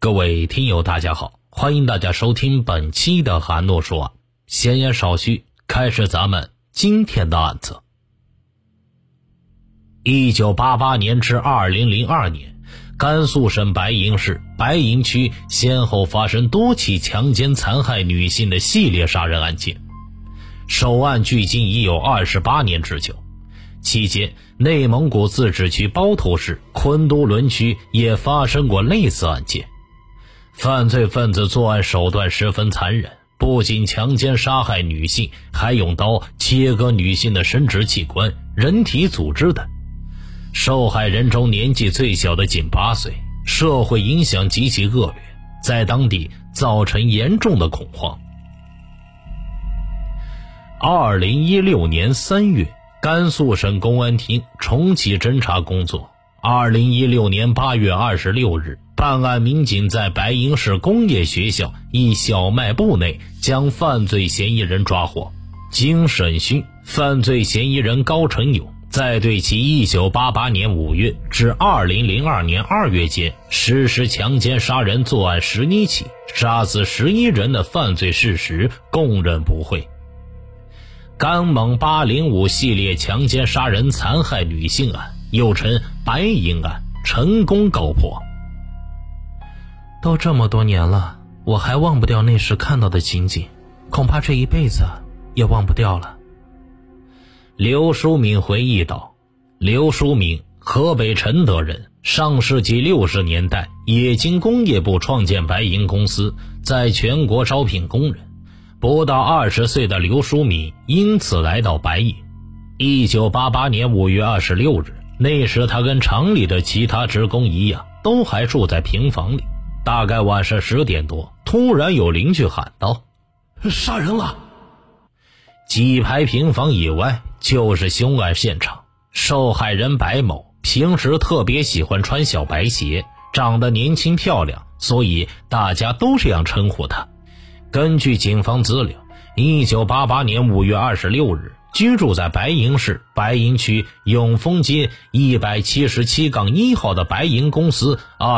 各位听友大家好，欢迎大家收听本期的韩诺说案。闲言少叙，开始咱们今天的案子。1988年至2002年，甘肃省白银市白银区先后发生多起强奸残害女性的系列杀人案件，首案距今已有28年之久。期间，内蒙古自治区包头市昆都仑区也发生过类似案件。犯罪分子作案手段十分残忍，不仅强奸杀害女性，还用刀切割女性的生殖器官、人体组织等。受害人中年纪最小的仅8岁，社会影响极其恶劣，在当地造成严重的恐慌。2016年3月，甘肃省公安厅重启侦查工作。2016年8月26日，办案民警在白银市工业学校一小卖部内将犯罪嫌疑人抓获。经审讯，犯罪嫌疑人高成勇在对其1988年5月至2002年2月间实施强奸杀人作案11起，杀死11人的犯罪事实供认不讳。甘蒙805系列强奸杀人残害女性案，又称白银案，成功告破。 都这么多年了，我还忘不掉那时看到的情景，恐怕这一辈子也忘不掉了。 刘书敏回忆道。刘书敏，河北承德人，上世纪60年代冶金工业部创建白银公司，在全国招聘工人。不到20岁的刘书敏因此来到白银。1988年5月26日，那时他跟厂里的其他职工一样，都还住在平房里。大概晚上10点多，突然有邻居喊道：“ 杀人了！” 几排平房以外就是凶案现场。受害人白某平时特别喜欢穿小白鞋，长得年轻漂亮，所以大家都这样称呼她。根据警方资料，1988年5月26日，居住在白银市白银区永丰街177-1号的白银公司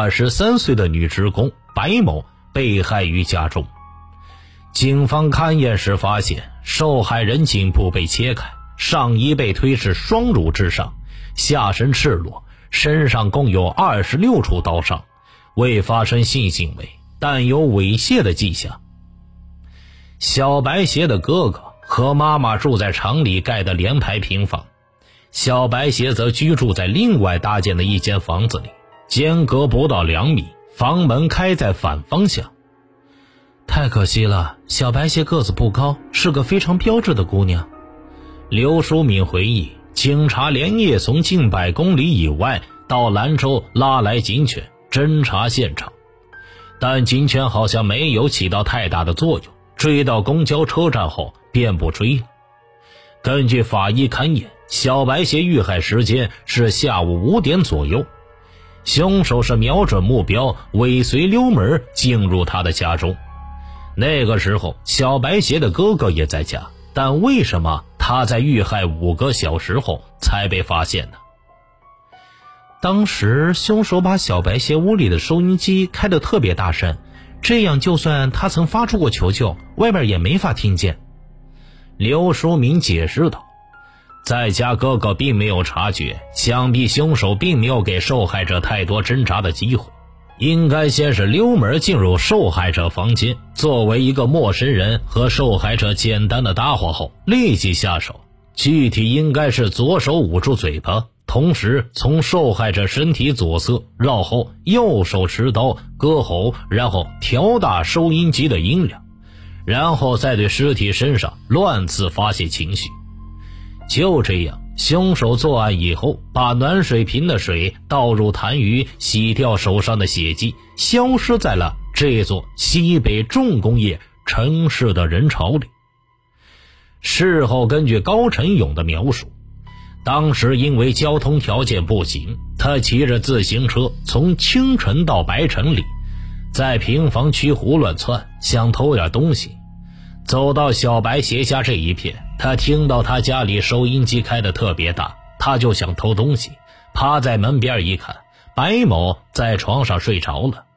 23岁的女职工白某被害于家中。警方勘验时发现，受害人颈部被切开，上衣被推至双乳之上，下身赤裸，身上共有26处刀伤，未发生性行为，但有猥亵的迹象。小白鞋的哥哥和妈妈住在厂里盖的连排平房，小白鞋则居住在另外搭建的一间房子里，间隔不到2米，房门开在反方向。 太可惜了，小白鞋个子不高，是个非常标致的姑娘。 刘书敏回忆，警察连夜从近100公里以外到兰州拉来警犬侦查现场，但警犬好像没有起到太大的作用，追到公交车站后便不追了。根据法医勘验，小白鞋遇害时间是下午5点左右，凶手是瞄准目标，尾随溜门进入他的家中。那个时候小白鞋的哥哥也在家，但为什么他在遇害5个小时后才被发现呢？ 当时凶手把小白鞋屋里的收音机开得特别大声，这样就算他曾发出过求救，外面也没法听见。 刘书敏解释道。在家哥哥并没有察觉，想必凶手并没有给受害者太多挣扎的机会，应该先是溜门进入受害者房间，作为一个陌生人和受害者简单的搭话后立即下手，具体应该是左手捂住嘴巴，同时从受害者身体左侧绕后，右手持刀割喉，然后调大收音机的音量，然后再对尸体身上乱刺发泄情绪。就这样，凶手作案以后，把暖水瓶的水倒入痰盂，洗掉手上的血迹，消失在了这座西北重工业城市的人潮里。事后根据高成勇的描述，当时因为交通条件不行，他骑着自行车从青城到白城里，在平房区胡乱窜，想偷点东西。走到小白鞋家这一片，他听到他家里收音机开得特别大，他就想偷东西，趴在门边一看，白某在床上睡着了。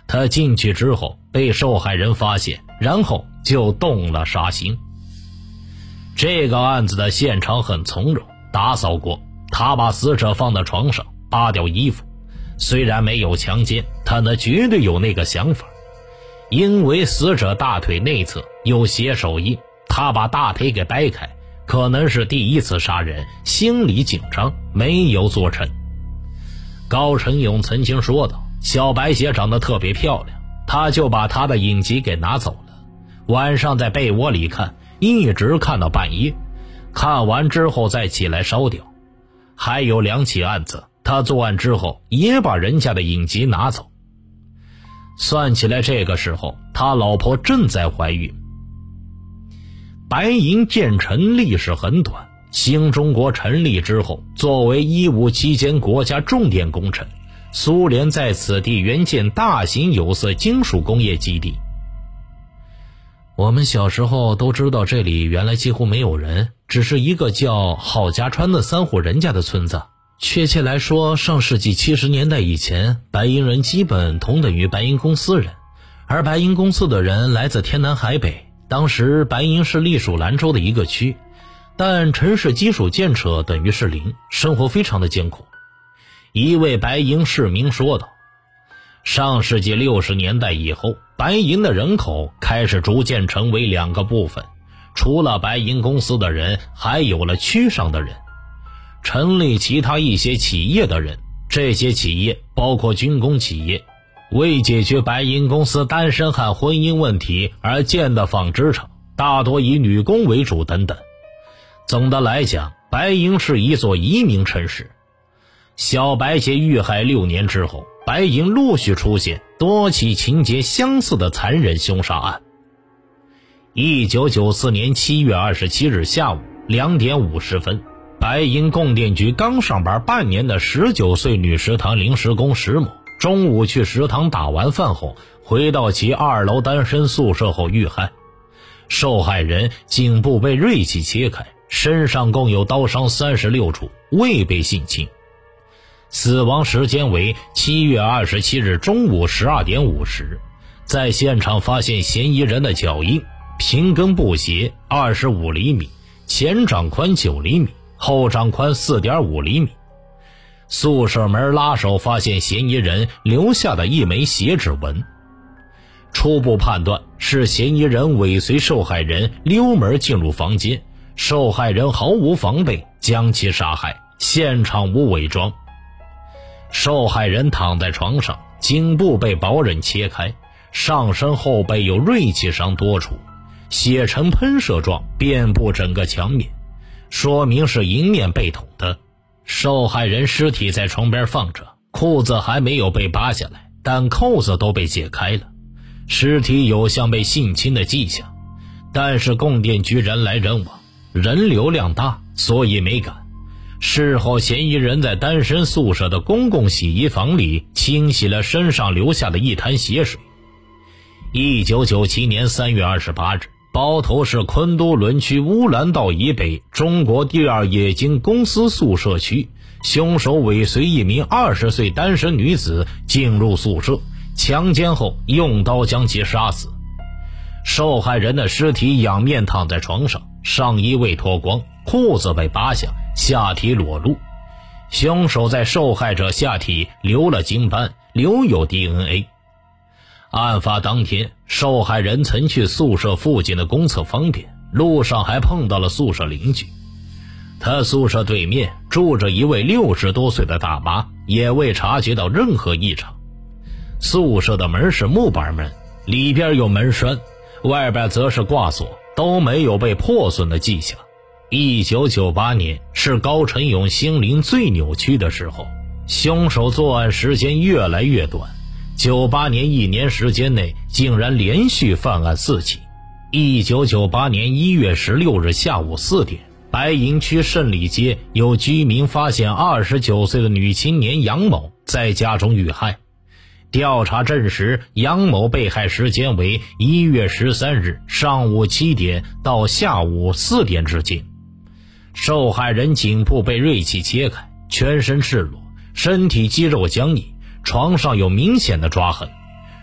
他进去之后被受害人发现，然后就动了杀心。这个案子的现场很从容，打扫过，他把死者放到床上，扒掉衣服。虽然没有强奸，他呢绝对有那个想法。因为死者大腿内侧有血手印，他把大腿给掰开，可能是第一次杀人，心理紧张，没有做成。高成勇曾经说道，小白鞋长得特别漂亮，他就把她的影集给拿走了，晚上在被窝里看，一直看到半夜，看完之后再起来烧掉。还有2起案子，他作案之后也把人家的影集拿走。算起来这个时候他老婆正在怀孕。白银建成历史很短，新中国成立之后，作为157期间国家重点工程，苏联在此地援建大型有色金属工业基地。我们小时候都知道这里原来几乎没有人，只是一个叫郝家川的3户人家的村子。确切来说，上世纪70年代以前，白银人基本同等于白银公司人，而白银公司的人来自天南海北。当时白银是隶属兰州的一个区，但城市基础建设等于是零，生活非常的艰苦。一位白银市民说道，上世纪60年代以后，白银的人口开始逐渐成为2个部分，除了白银公司的人，还有了区上的人，成立其他一些企业的人，这些企业包括军工企业，为解决白银公司单身汉婚姻问题而建的纺织厂，大多以女工为主等等。总的来讲，白银是一座移民城市。小白鞋遇害6年之后，白银陆续出现多起情节相似的残忍凶杀案。1994年7月27日下午2点50分，白银供电局刚上班半年的19岁女食堂临时工石某，中午去食堂打完饭后，回到其2楼单身宿舍后遇害。受害人颈部被锐器切开，身上共有刀伤36处，未被性侵。死亡时间为7月27日中午12点50，在现场发现嫌疑人的脚印，平跟布鞋25厘米，前掌宽9厘米，后掌宽4.5厘米。宿舍门拉手发现嫌疑人留下的一枚血指纹，初步判断是嫌疑人尾随受害人溜门进入房间，受害人毫无防备将其杀害，现场无伪装。受害人躺在床上，颈部被薄刃切开，上身后背有锐器伤多处，血呈喷射状遍布整个墙面，说明是迎面被捅的。受害人尸体在床边放着，裤子还没有被扒下来，但扣子都被解开了，尸体有像被性侵的迹象，但是供电局人来人往，人流量大，所以没敢。事后嫌疑人在单身宿舍的公共洗衣房里清洗了身上留下的一滩血水。1997年3月28日，包头市昆都仑区乌兰道以北中国第2冶金公司宿舍区，凶手尾随一名20岁单身女子进入宿舍，强奸后用刀将其杀死。受害人的尸体仰面躺在床上，上衣未脱光，裤子被扒下，下体裸露。凶手在受害者下体留了精斑，留有 DNA。 案发当天，受害人曾去宿舍附近的公厕方便，路上还碰到了宿舍邻居。他宿舍对面住着一位60多岁的大妈，也未察觉到任何异常。宿舍的门是木板门，里边有门栓，外边则是挂锁，都没有被破损的迹象。1998年是高成勇心灵最扭曲的时候，凶手作案时间越来越短，98年1年时间内竟然连续犯案4起。1998年1月16日下午4点，白银区胜利街有居民发现29岁的女青年杨某在家中遇害。调查证实，杨某被害时间为1月13日上午7点到下午4点之间。受害人颈部被锐器切开，全身赤裸，身体肌肉僵硬，床上有明显的抓痕。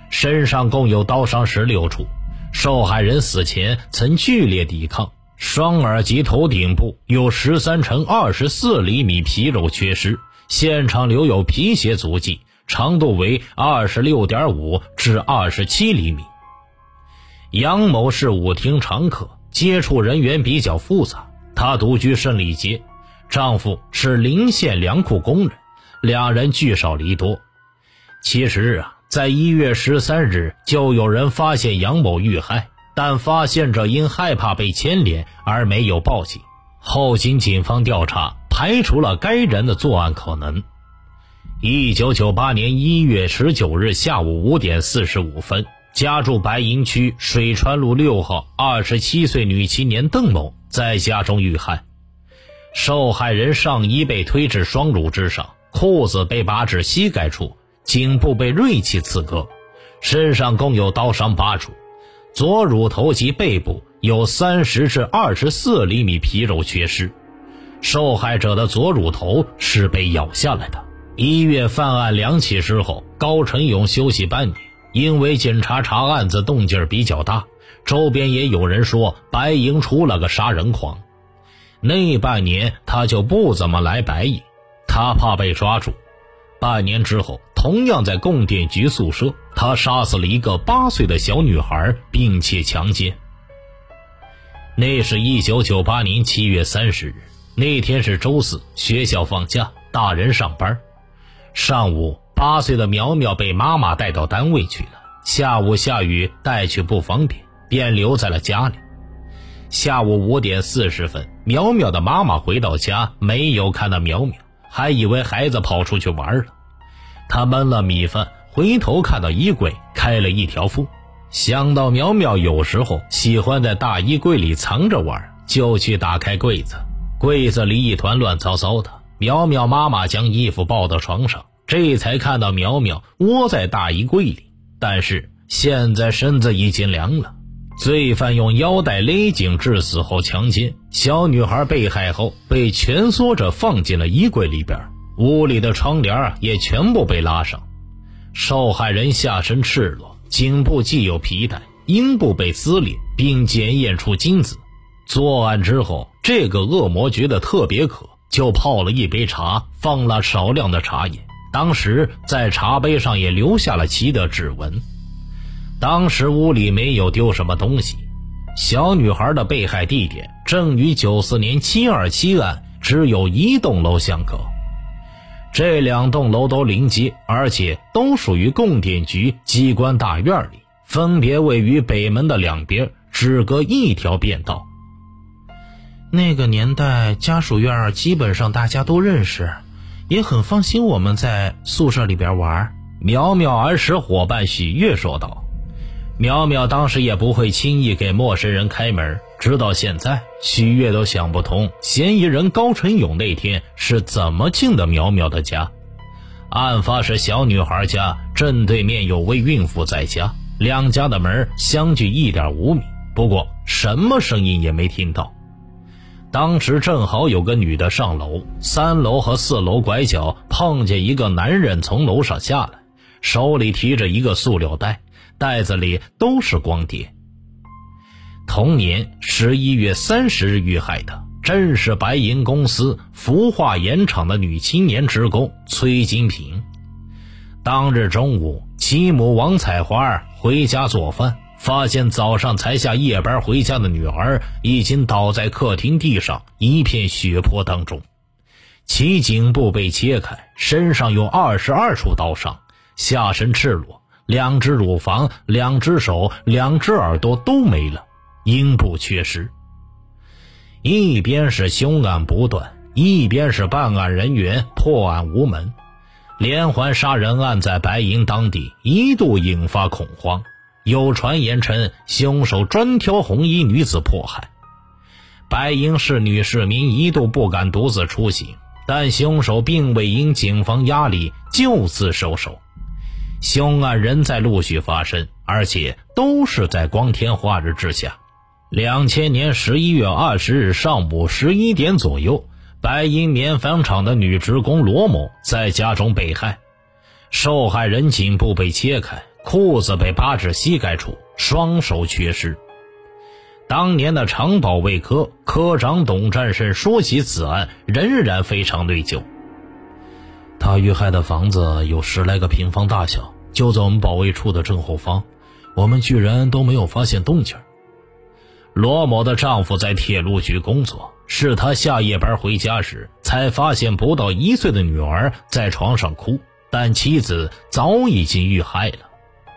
身上共有刀伤16处。受害人死前曾剧烈抵抗，双耳及头顶部有13乘24厘米皮肉缺失，现场留有皮鞋足迹，长度为26.5至27厘米。杨某是舞厅常客，接触人员比较复杂，她独居胜利街，丈夫是临县粮库工人，两人聚少离多。其实在1月13日就有人发现杨某遇害，但发现者因害怕被牵连而没有报警。后经警方调查，排除了该人的作案可能。1998年1月19日下午5点45分，家住白银区水川路6号27岁女青年邓某在家中遇害。受害人上衣被推至双乳之上，裤子被拔至膝盖处，颈部被锐器刺割，身上共有刀伤8处，左乳头及背部有30至24厘米皮肉缺失。受害者的左乳头是被咬下来的。1月犯案2起之后，高成勇休息半年，因为警察查案子动静比较大，周边也有人说白银出了个杀人狂。那半年他就不怎么来白银，他怕被抓住。半年之后，同样在供电局宿舍，他杀死了一个8岁的小女孩，并且强奸。那是1998年7月30日，那天是周四，学校放假，大人上班。上午8岁的苗苗被妈妈带到单位去了，下午下雨带去不方便，便留在了家里。下午5点40分，苗苗的妈妈回到家，没有看到苗苗，还以为孩子跑出去玩了。她焖了米饭，回头看到衣柜开了一条缝，想到苗苗有时候喜欢在大衣柜里藏着玩，就去打开柜子。柜子里一团乱糟糟的，苗苗妈妈将衣服抱到床上，这才看到苗苗窝在大衣柜里，但是现在身子已经凉了。罪犯用腰带勒颈致死后强奸小女孩，被害后被蜷缩着放进了衣柜里边，屋里的窗帘也全部被拉上。受害人下身赤裸，颈部系有皮带，阴部被撕裂，并检验出精子。作案之后，这个恶魔觉得特别渴，就泡了一杯茶，放了少量的茶叶，当时在茶杯上也留下了其的指纹。当时屋里没有丢什么东西，小女孩的被害地点正与94年727案只有1栋楼相隔。这2栋楼都临街，而且都属于供电局机关大院里，分别位于北门的两边，只隔一条便道。 那个年代家属院基本上大家都认识，也很放心我们在宿舍里边玩。 苗苗儿时伙伴许月说道。苗苗当时也不会轻易给陌生人开门，直到现在许月都想不通嫌疑人高成勇那天是怎么进的苗苗的家。案发时小女孩家正对面有位孕妇在家，两家的门相距1.5米，不过什么声音也没听到。当时正好有个女的上楼，3楼和4楼拐角碰见一个男人从楼上下来，手里提着一个塑料袋，袋子里都是光碟。同年11月30日遇害的正是白银公司氟化盐厂的女青年职工崔金平。当日中午，其母王彩花回家做饭，发现早上才下夜班回家的女儿已经倒在客厅地上一片血泊当中，其颈部被切开，身上有22处刀伤，下身赤裸，2只乳房、2只手、2只耳朵都没了，阴部缺失。一边是凶案不断，一边是办案人员破案无门，连环杀人案在白银当地一度引发恐慌，有传言称凶手专挑红衣女子迫害。白银市女市民一度不敢独自出行，但凶手并未因警方压力就此收手。凶案仍在陆续发生，而且都是在光天化日之下。2000年11月20日上午11点左右，白银棉纺厂的女职工罗某在家中被害，受害人颈部被切开， 裤子被扒至膝盖处，双手缺失。当年的常保卫科科长董占胜说起此案，仍然非常内疚。 他遇害的房子有10来个平方大小，就在我们保卫处的正后方，我们居然都没有发现动静。 罗某的丈夫在铁路局工作，是他下夜班回家时才发现不到1岁的女儿在床上哭，但妻子早已经遇害了。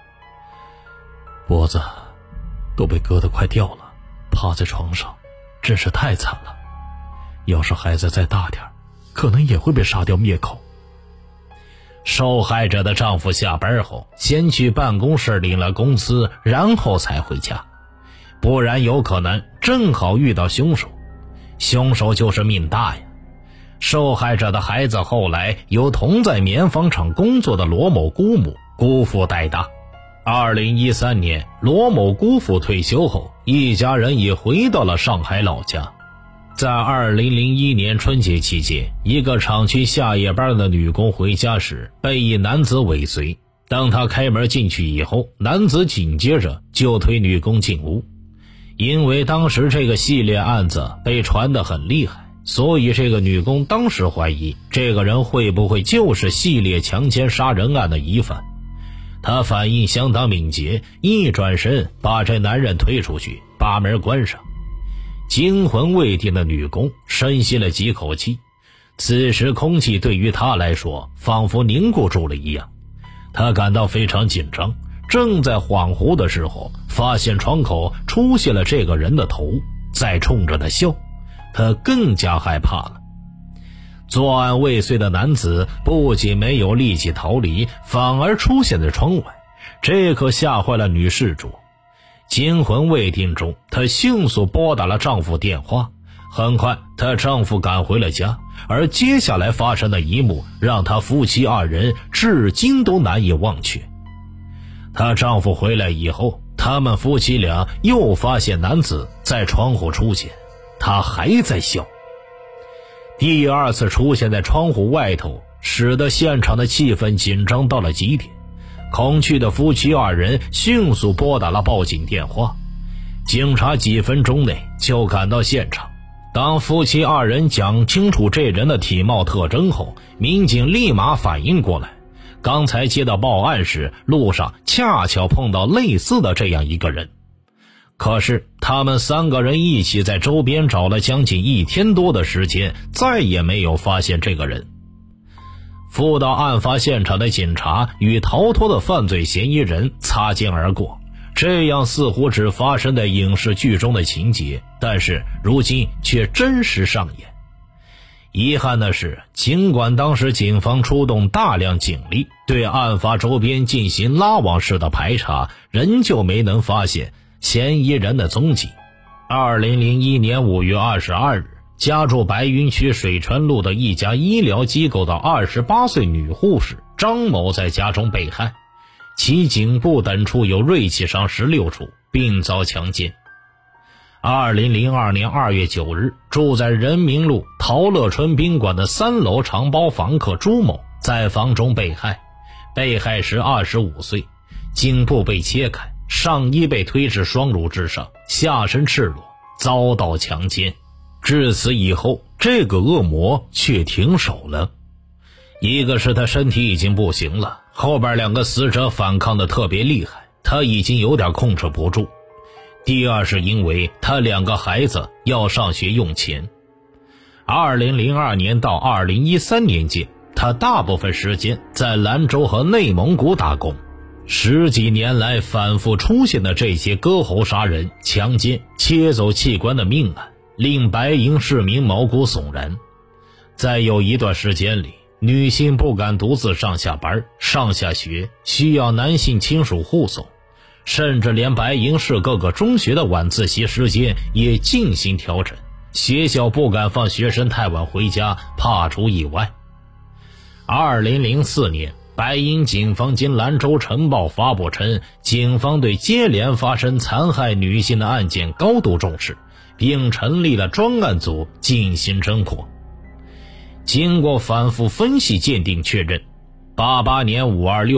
脖子都被割得快掉了，趴在床上真是太惨了。要是孩子再大点，可能也会被杀掉灭口。 受害者的丈夫下班后先去办公室领了工资，然后才回家，不然有可能正好遇到凶手。凶手就是命大呀。受害者的孩子后来由同在棉纺厂工作的罗某姑母姑父带大。2013年，罗某姑父退休后，一家人也回到了上海老家。在2001年春节期间，一个厂区下夜班的女工回家时被一男子尾随，当她开门进去以后，男子紧接着就推女工进屋。因为当时这个系列案子被传得很厉害，所以这个女工当时怀疑这个人会不会就是系列强奸杀人案的疑犯。她反应相当敏捷，一转身把这男人推出去，把门关上。惊魂未定的女工深吸了几口气，此时空气对于她来说仿佛凝固住了一样。她感到非常紧张，正在恍惚的时候，发现窗口出现了这个人的头，在冲着她笑。她更加害怕了。作案未遂的男子不仅没有立即逃离，反而出现在窗外，这可吓坏了女事主。惊魂未定中，她迅速拨打了丈夫电话。很快，她丈夫赶回了家，而接下来发生的一幕让她夫妻2人至今都难以忘却。她丈夫回来以后，他们夫妻俩又发现男子在窗户出现，他还在笑。第2次出现在窗户外头，使得现场的气氛紧张到了极点。恐惧的夫妻2人迅速拨打了报警电话，警察几分钟内就赶到现场。当夫妻2人讲清楚这人的体貌特征后，民警立马反应过来，刚才接到报案时，路上恰巧碰到类似的这样一个人。可是他们3个人一起在周边找了将近1天多的时间，再也没有发现这个人。赴到案发现场的警察与逃脱的犯罪嫌疑人擦肩而过，这样似乎只发生在影视剧中的情节，但是如今却真实上演。遗憾的是，尽管当时警方出动大量警力对案发周边进行拉网式的排查，仍旧没能发现嫌疑人的踪迹。2001年5月22日，家住白云区水川路的一家医疗机构的28岁女护士张某在家中被害，其颈部等处有锐器伤16处，并遭强奸。2002年2月9日，住在人民路陶乐春宾馆的3楼长包房客朱某在房中被害，被害时25岁，颈部被切开，上衣被推至双乳之上，下身赤裸，遭到强奸。至此以后，这个恶魔却停手了。一个是他身体已经不行了，后边2个死者反抗的特别厉害，他已经有点控制不住。第二是因为他2个孩子要上学用钱。2002年到2013年间，他大部分时间在兰州和内蒙古打工。10几年来反复出现的这些割喉杀人、强奸、切走器官的命案，令白银市民毛骨悚然。在有一段时间里，女性不敢独自上下班、上下学，需要男性亲属护送，甚至连白银市各个中学的晚自习时间也进行调整，学校不敢放学生太晚回家，怕出意外。2004年，白银警方经兰州晨报发布称，警方对接连发生残害女性的案件高度重视，并成立了专案组进行侦破。经过反复分析鉴定确认，88年526案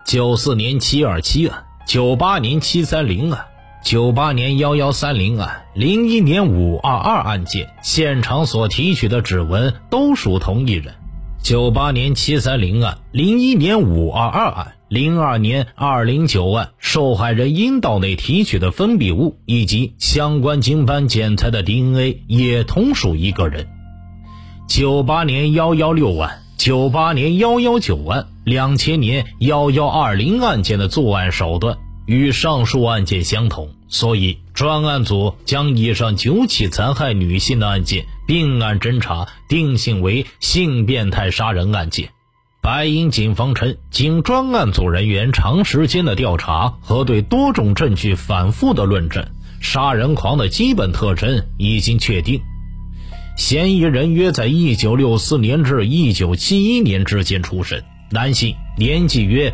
94年727案、98年730案、98年1130案、01年522案件，现场所提取的指纹都属同一人。98年730案、01年522案、02年209案，受害人阴道内提取的分泌物以及相关经斑检测的 DNA 也同属一个人。98年116案、98年119案、2000年1120案件的作案手段与上述案件相同，所以专案组将以上9起残害女性的案件并案侦查，定性为性变态杀人案件。白银警方称，经专案组人员长时间的调查和对多种证据反复的论证，杀人狂的基本特征已经确定。嫌疑人约在1964年至1971年之间出生，男性，年纪约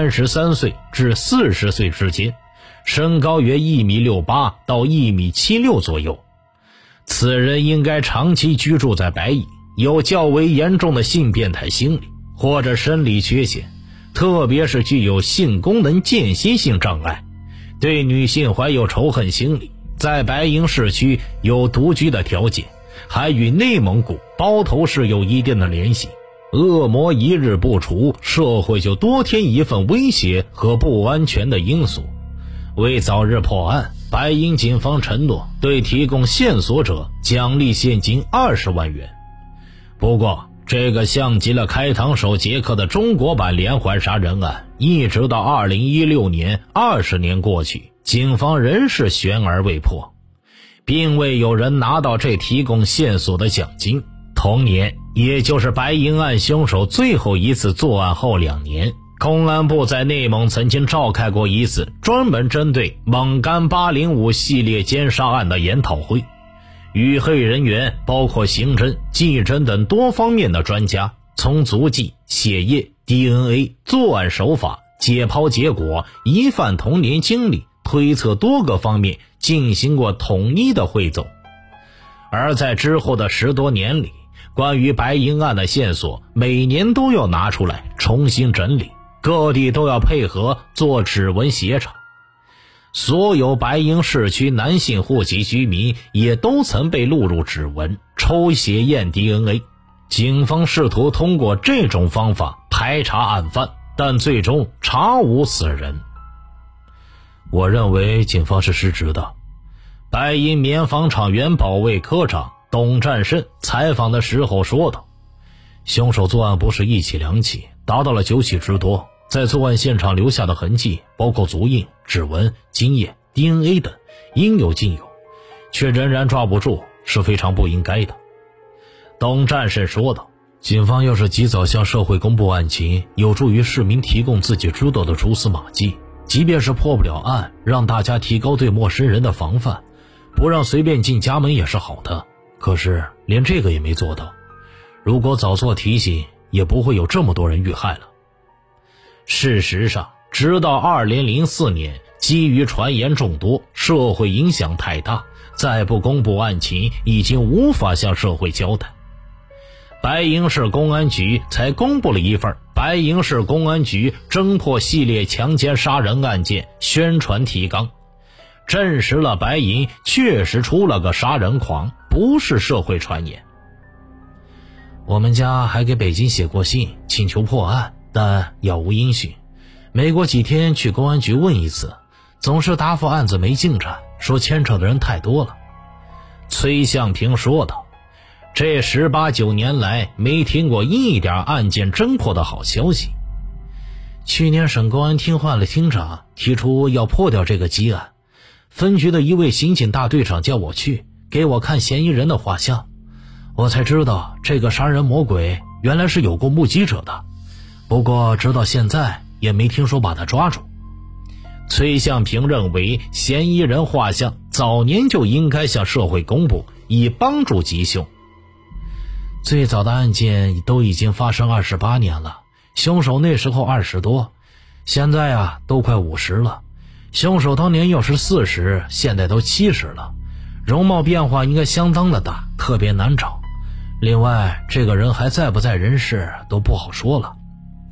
33岁至40岁之间，身高约1.68米到1.76米左右。此人应该长期居住在白银，有较为严重的性变态心理或者生理缺陷，特别是具有性功能间歇性障碍，对女性怀有仇恨心理，在白银市区有独居的条件，还与内蒙古包头市有一定的联系。恶魔一日不除，社会就多添一份威胁和不安全的因素。为早日破案，白银警方承诺对提供线索者奖励现金20万元。不过这个像极了开膛手杰克的中国版连环杀人案，一直到2016年20年过去，警方仍是悬而未破，并未有人拿到这提供线索的奖金。同年，也就是白银案凶手最后一次作案后2年，公安部在内蒙曾经召开过一次专门针对蒙干805系列奸杀案的研讨会，与会人员包括刑侦、技侦等多方面的专家，从足迹、血液、DNA、作案手法、解剖结果、疑犯童年经历、推测多个方面进行过统一的汇总。而在之后的10多年里，关于白银案的线索每年都要拿出来重新整理，各地都要配合做指纹协查。所有白银市区男性户籍居民也都曾被录入指纹，抽血验 DNA。 警方试图通过这种方法排查案犯，但最终查无此人。 我认为警方是失职的。 白银棉纺厂原保卫科长董占胜采访的时候说道， 凶手作案不是1起2起，达到了9起之多，在作案现场留下的痕迹包括足印、指纹、精液、DNA 等应有尽有，却仍然抓不住，是非常不应该的。 董占胜说道， 警方要是及早向社会公布案情，有助于市民提供自己知道的蛛丝马迹，即便是破不了案，让大家提高对陌生人的防范，不让随便进家门也是好的。可是连这个也没做到，如果早做提醒，也不会有这么多人遇害了。 事实上，直到2004年，基于传言众多，社会影响太大，再不公布案情已经无法向社会交代。白银市公安局才公布了一份白银市公安局侦破系列强奸杀人案件宣传提纲，证实了白银确实出了个杀人狂，不是社会传言。 我们家还给北京写过信请求破案，但杳无音讯。没过几天去公安局问一次，总是答复案子没进展，说牵扯的人太多了。 崔向平说道，这18、19年来没听过一点案件侦破的好消息。 去年省公安厅换了厅长，提出要破掉这个积案，分局的一位刑警大队长叫我去，给我看嫌疑人的画像，我才知道这个杀人魔鬼原来是有过目击者的，不过直到现在也没听说把他抓住。 崔向平认为，嫌疑人画像早年就应该向社会公布，以帮助缉凶。 最早的案件都已经发生28年了，凶手那时候20多，现在都快50了。凶手当年要是40，现在都70了，容貌变化应该相当的大，特别难找。另外，这个人还在不在人世都不好说了。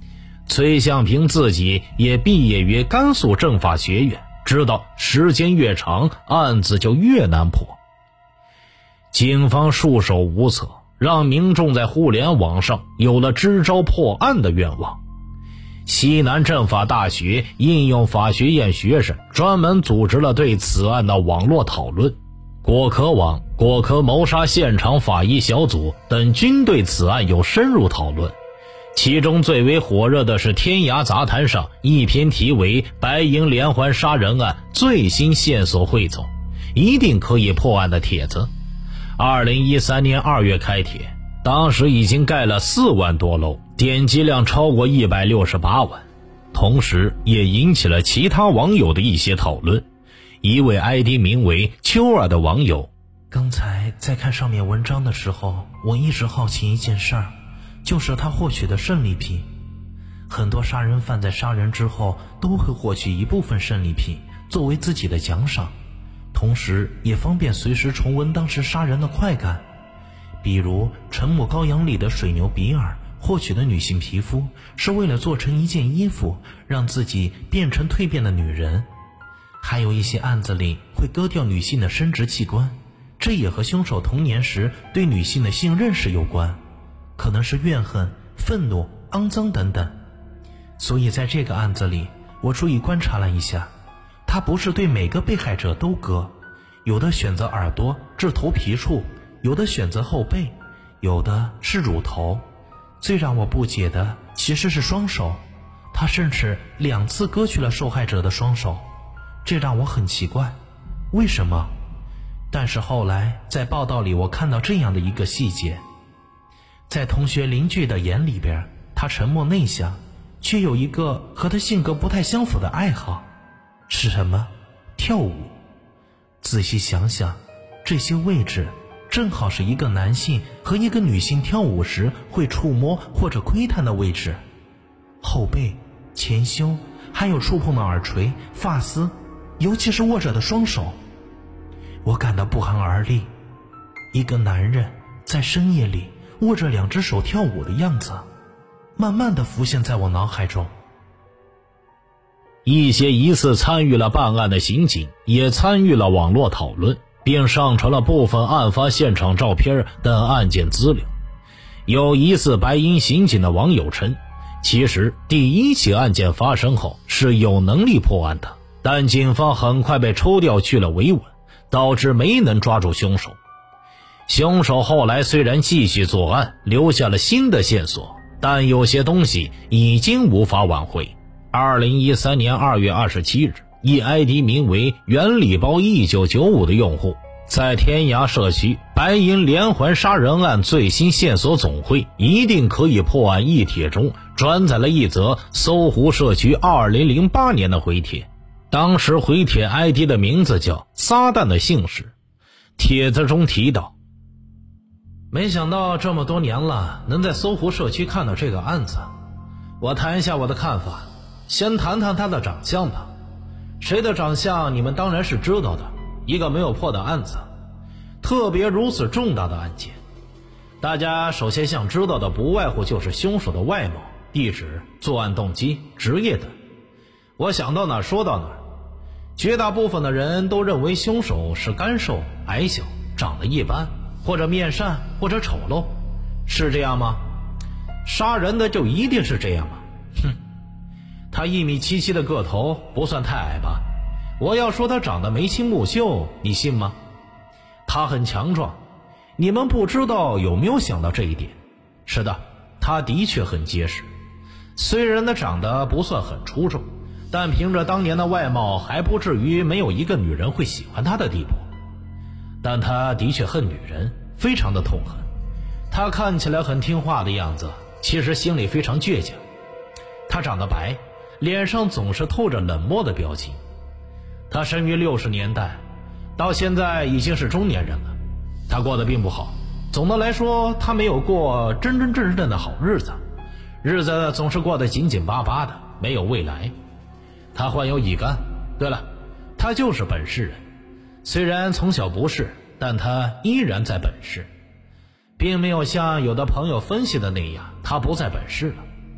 崔向平自己也毕业于甘肃政法学院，知道时间越长，案子就越难破。警方束手无策，让民众在互联网上有了支招破案的愿望。西南政法大学应用法学院学生专门组织了对此案的网络讨论，果壳网、果壳谋杀现场法医小组等均对此案有深入讨论。其中最为火热的是天涯杂谈上一篇题为《白银连环杀人案最新线索汇总，一定可以破案》的帖子。2013年2月开帖，当时已经盖了4万多楼，点击量超过168万，同时也引起了其他网友的一些讨论。一位 ID 名为秋儿的网友， 刚才在看上面文章的时候，我一直好奇一件事儿，就是他获取的胜利品。很多杀人犯在杀人之后都会获取一部分胜利品作为自己的奖赏，同时也方便随时重温当时杀人的快感。比如《沉默羔羊》里的水牛比尔获取的女性皮肤是为了做成一件衣服，让自己变成蜕变的女人。还有一些案子里会割掉女性的生殖器官，这也和凶手童年时对女性的性认识有关，可能是怨恨、愤怒、肮脏等等。所以在这个案子里，我注意观察了一下，他不是对每个被害者都割，有的选择耳朵至头皮处，有的选择后背，有的是乳头。最让我不解的其实是双手，他甚至2次割去了受害者的双手，这让我很奇怪，为什么？但是后来在报道里我看到这样的一个细节，在同学邻居的眼里边，他沉默内向，却有一个和他性格不太相符的爱好，是什么？跳舞。仔细想想，这些位置正好是一个男性和一个女性跳舞时会触摸或者窥探的位置，后背、前胸，还有触碰的耳垂、发丝，尤其是握着的双手。我感到不寒而栗，一个男人在深夜里握着2只手跳舞的样子，慢慢地浮现在我脑海中。 一些疑似参与了办案的刑警也参与了网络讨论，并上传了部分案发现场照片等案件资料。有疑似白银刑警的网友称，其实第1起案件发生后是有能力破案的，但警方很快被抽调去了维稳，导致没能抓住凶手。凶手后来虽然继续作案，留下了新的线索，但有些东西已经无法挽回。2013年2月27日，一 ID 名为原礼包1995的用户在天涯社区白银连环杀人案最新线索总会一定可以破案一帖中转载了一则搜狐社区2008年的回帖，当时回帖 ID 的名字叫撒旦的姓氏。帖子中提到， 没想到这么多年了能在搜狐社区看到这个案子，我谈一下我的看法。先谈谈他的长相吧。谁的长相你们当然是知道的，一个没有破的案子，特别如此重大的案件，大家首先想知道的不外乎就是凶手的外貌、地址、作案动机、职业等。我想到哪儿说到哪儿。绝大部分的人都认为凶手是干瘦、矮小、长得一般，或者面善，或者丑陋，是这样吗？杀人的就一定是这样吗？哼，他1.77米的个头不算太矮吧？我要说他长得眉清目秀，你信吗？他很强壮，你们不知道有没有想到这一点？是的，他的确很结实。虽然他长得不算很出众，但凭着当年的外貌还不至于没有一个女人会喜欢他的地步。但他的确恨女人，非常的痛恨。他看起来很听话的样子，其实心里非常倔强。他长得白，脸上总是透着冷漠的表情。他生于60年代，到现在已经是中年人了。他过得并不好，总的来说他没有过真真正正的好日子，日子总是过得紧紧巴巴的，没有未来。他患有乙肝，对了，他就是本市人，虽然从小不是，但他依然在本市，并没有像有的朋友分析的那样他不在本市了。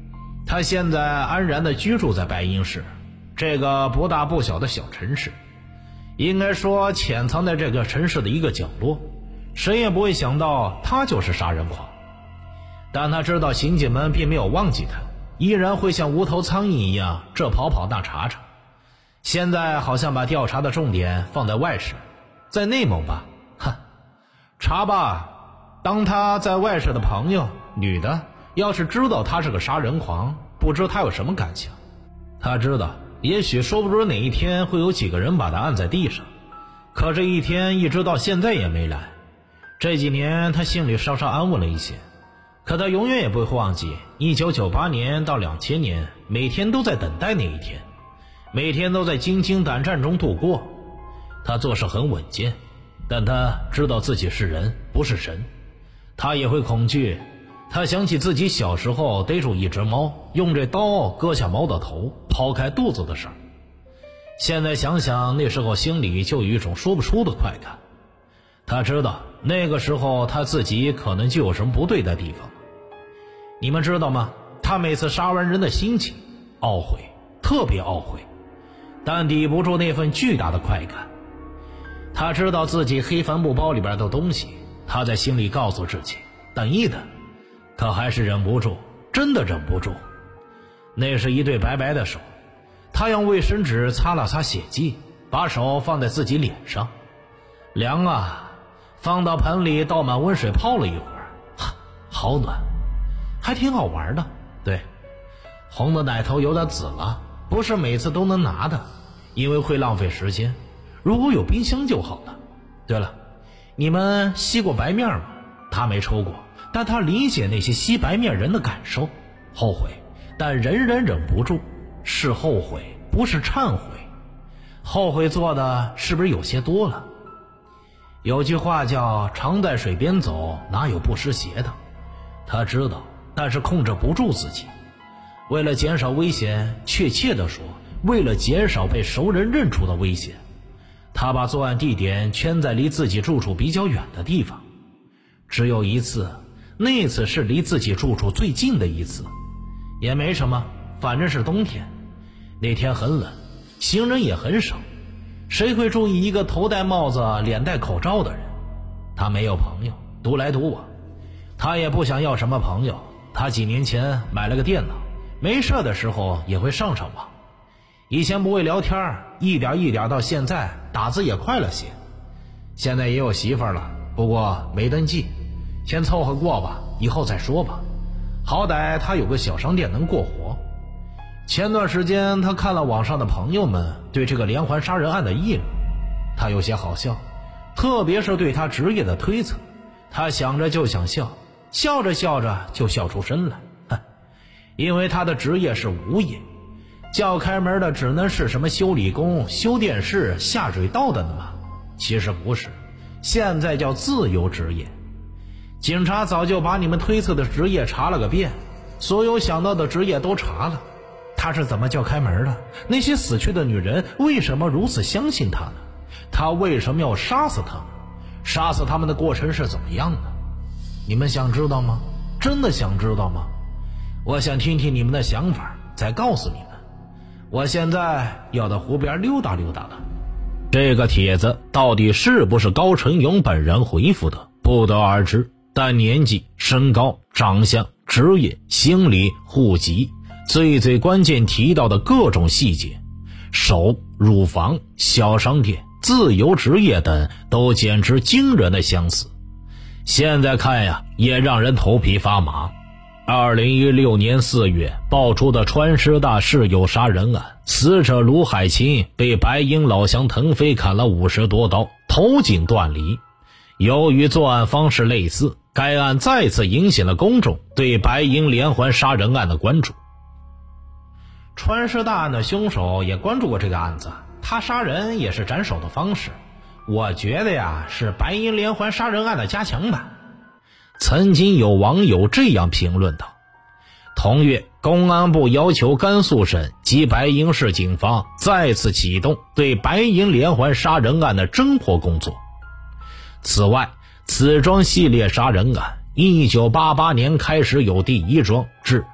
他现在安然地居住在白银市这个不大不小的小城市，应该说潜藏在这个城市的一个角落，谁也不会想到他就是杀人狂。但他知道刑警们并没有忘记他，依然会像无头苍蝇一样这跑跑那查查。现在好像把调查的重点放在外省，在内蒙吧，查吧。当他在外省的朋友女的要是知道他是个杀人狂，不知他有什么感想。他知道也许说不准哪一天会有几个人把他按在地上，可这一天一直到现在也没来。这几年他心里稍稍安稳了一些，可他永远也不会忘记1998年到2000年，每天都在等待那一天，每天都在惊惊胆战中度过。他做事很稳健，但他知道自己是人，不是神。他也会恐惧，他想起自己小时候逮住一只猫，用这刀割下猫的头，剖开肚子的事儿。现在想想，那时候心里就有一种说不出的快感。他知道那个时候他自己可能就有什么不对的地方。你们知道吗？他每次杀完人的心情，懊悔，特别懊悔，但抵不住那份巨大的快感。他知道自己黑帆布包里边的东西，他在心里告诉自己等一等，可还是忍不住，真的忍不住。那是一对白白的手，他用卫生纸擦了擦血迹，把手放在自己脸上，凉啊，放到盆里倒满温水泡了一会儿，好暖，还挺好玩的。对，红的奶头有点紫了，不是每次都能拿的，因为会浪费时间，如果有冰箱就好了。对了，你们吸过白面吗？他没抽过，但他理解那些吸白面人的感受，后悔，但仍然忍不住，是后悔，不是忏悔。后悔做的是不是有些多了？有句话叫常在水边走，哪有不湿鞋的。他知道，但是控制不住自己。为了减少危险，确切地说，为了减少被熟人认出的危险，他把作案地点圈在离自己住处比较远的地方。只有一次，那次是离自己住处最近的一次，也没什么，反正是冬天。那天很冷，行人也很少，谁会注意一个头戴帽子脸戴口罩的人？他没有朋友，独来独往，他也不想要什么朋友。他几年前买了个电脑，没事的时候也会上上网。以前不会聊天，一点一点到现在打字也快了些。现在也有媳妇了，不过没登记，先凑合过吧，以后再说吧。好歹他有个小商店能过活。前段时间他看了网上的朋友们对这个连环杀人案的议论，他有些好笑，特别是对他职业的推测。他想着就想笑，笑着笑着就笑出声来。因为他的职业是无业，叫开门的只能是什么修理工、修电视、下水道的吗？其实不是，现在叫自由职业。警察早就把你们推测的职业查了个遍，所有想到的职业都查了。他是怎么叫开门的？那些死去的女人为什么如此相信他呢？他为什么要杀死他们？杀死他们的过程是怎么样的？你们想知道吗？真的想知道吗？我想听听你们的想法，再告诉你们。我现在要到湖边溜达溜达了。 这个帖子到底是不是高成勇本人回复的，不得而知，但年纪、身高、长相、职业、心理、户籍，最关键提到的各种细节，手、乳房、小商店、自由职业等都简直惊人的相似。现在看呀，也让人头皮发麻。2016年4月爆出的川师大室友杀人案，死者卢海清被白银老乡腾飞砍了50多刀，头颈断离。由于作案方式类似，该案再次引起了公众对白银连环杀人案的关注。 川师大案的凶手也关注过这个案子，他杀人也是斩首的方式，我觉得呀，是白银连环杀人案的加强版。 曾经有网友这样评论道。同月，公安部要求甘肃省及白银市警方再次启动对白银连环杀人案的侦破工作。此外，此桩系列杀人案1988年开始有第一桩，至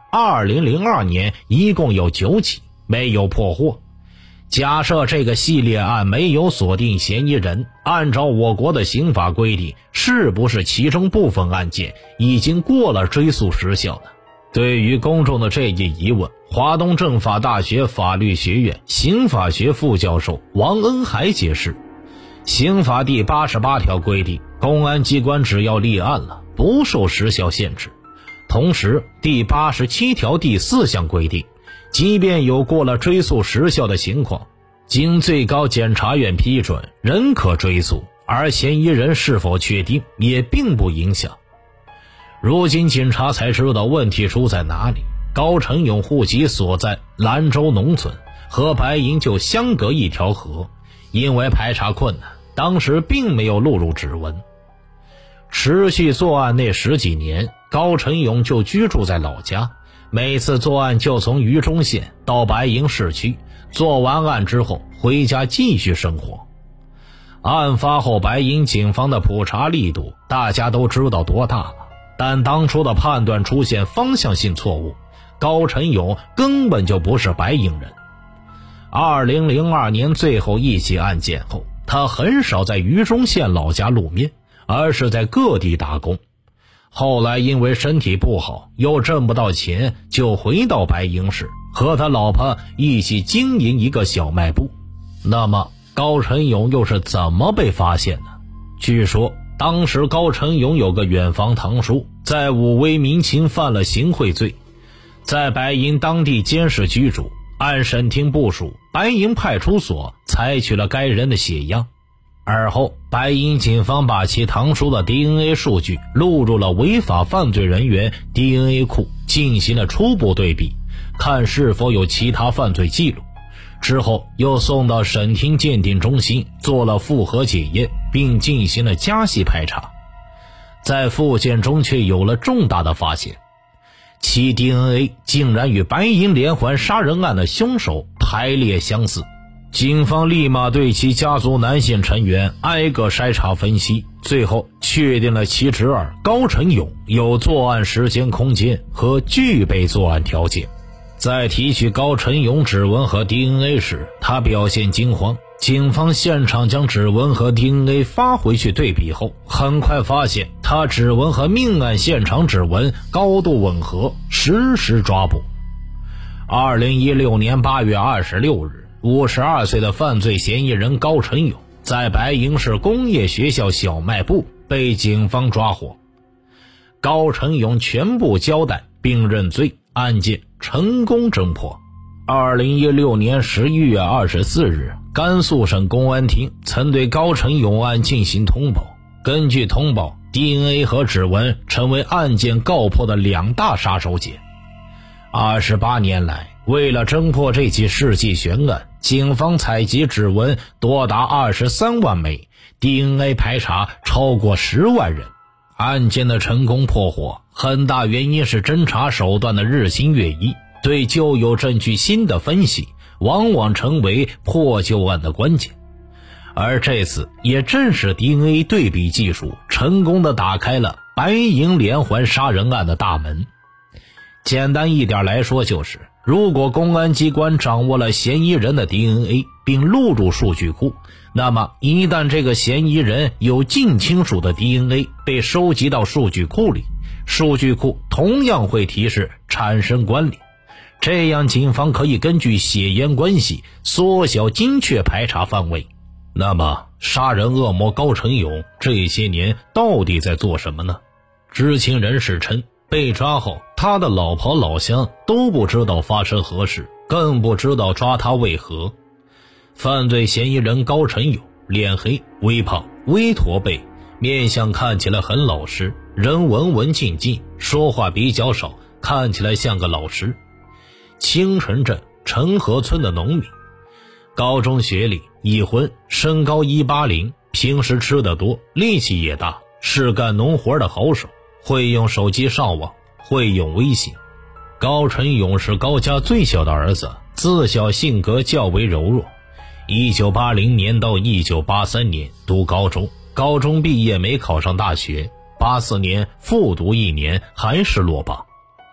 2002年一共有9起，没有破获。假设这个系列案没有锁定嫌疑人，按照我国的刑法规定，是不是其中部分案件已经过了追诉时效呢？对于公众的这一疑问，华东政法大学法律学院刑法学副教授王恩海解释，刑法第88条规定，公安机关只要立案了，不受时效限制。同时，第87条第4项规定，即便有过了追诉时效的情况，经最高检察院批准，仍可追诉，而嫌疑人是否确定也并不影响。如今警察才知道问题出在哪里，高成勇户籍所在兰州农村，和白银就相隔一条河，因为排查困难，当时并没有录入指纹。持续作案那10几年，高成勇就居住在老家，每次作案就从榆中县到白银市区，做完案之后回家继续生活。案发后白银警方的普查力度大家都知道多大了，但当初的判断出现方向性错误，高成勇根本就不是白银人。2002年最后一起案件后，他很少在榆中县老家露面，而是在各地打工。后来因为身体不好，又挣不到钱，就回到白银市，和他老婆一起经营一个小卖部。那么高成勇又是怎么被发现的？据说当时高成勇有个远房堂叔在武威民勤犯了行贿罪，在白银当地监视居住，按审庭部署，白银派出所采取了该人的血样。而后白银警方把其堂叔的 DNA 数据录入了违法犯罪人员 DNA 库，进行了初步对比，看是否有其他犯罪记录。之后又送到审庭鉴定中心做了复核检验，并进行了加细排查。在复检中却有了重大的发现，其 DNA 竟然与白银连环杀人案的凶手排列相似。警方立马对其家族男性成员挨个筛查分析，最后确定了其侄儿高成勇有作案时间空间和具备作案条件。在提取高成勇指纹和 DNA 时，他表现惊慌。警方现场将指纹和 DNA 发回去对比后，很快发现他指纹和命案现场指纹高度吻合，实时抓捕。2016年8月26日，52岁的犯罪嫌疑人高成勇在白银市工业学校小卖部被警方抓获。高成勇全部交代并认罪，案件成功侦破。2016年11月24日，甘肃省公安厅曾对高成勇案进行通报。根据通报， DNA 和指纹成为案件告破的2大杀手锏。28年来，为了侦破这起世纪悬案，警方采集指纹多达23万枚， DNA 排查超过10万人。案件的成功破获，很大原因是侦查手段的日新月异，对旧有证据新的分析，往往成为破旧案的关键。而这次也正是 DNA 对比技术成功地打开了白银连环杀人案的大门。简单一点来说，就是如果公安机关掌握了嫌疑人的 DNA 并录入数据库，那么一旦这个嫌疑人有近亲属的 DNA 被收集到数据库里，数据库同样会提示产生关联，这样警方可以根据血缘关系缩小精确排查范围。那么杀人恶魔高成勇这些年到底在做什么呢？知情人士称，被抓后他的老婆老乡都不知道发生何事，更不知道抓他为何。犯罪嫌疑人高成勇脸黑、微胖、微驼背，面相看起来很老实，人文文静静，说话比较少，看起来像个老师。青城镇陈河村的农民，高中学历，已婚，身高180，平时吃得多，力气也大，是干农活的好手，会用手机上网，会用微信。高成勇是高家最小的儿子，自小性格较为柔弱。1980年到1983年读高中，高中毕业没考上大学，84年复读1年还是落榜。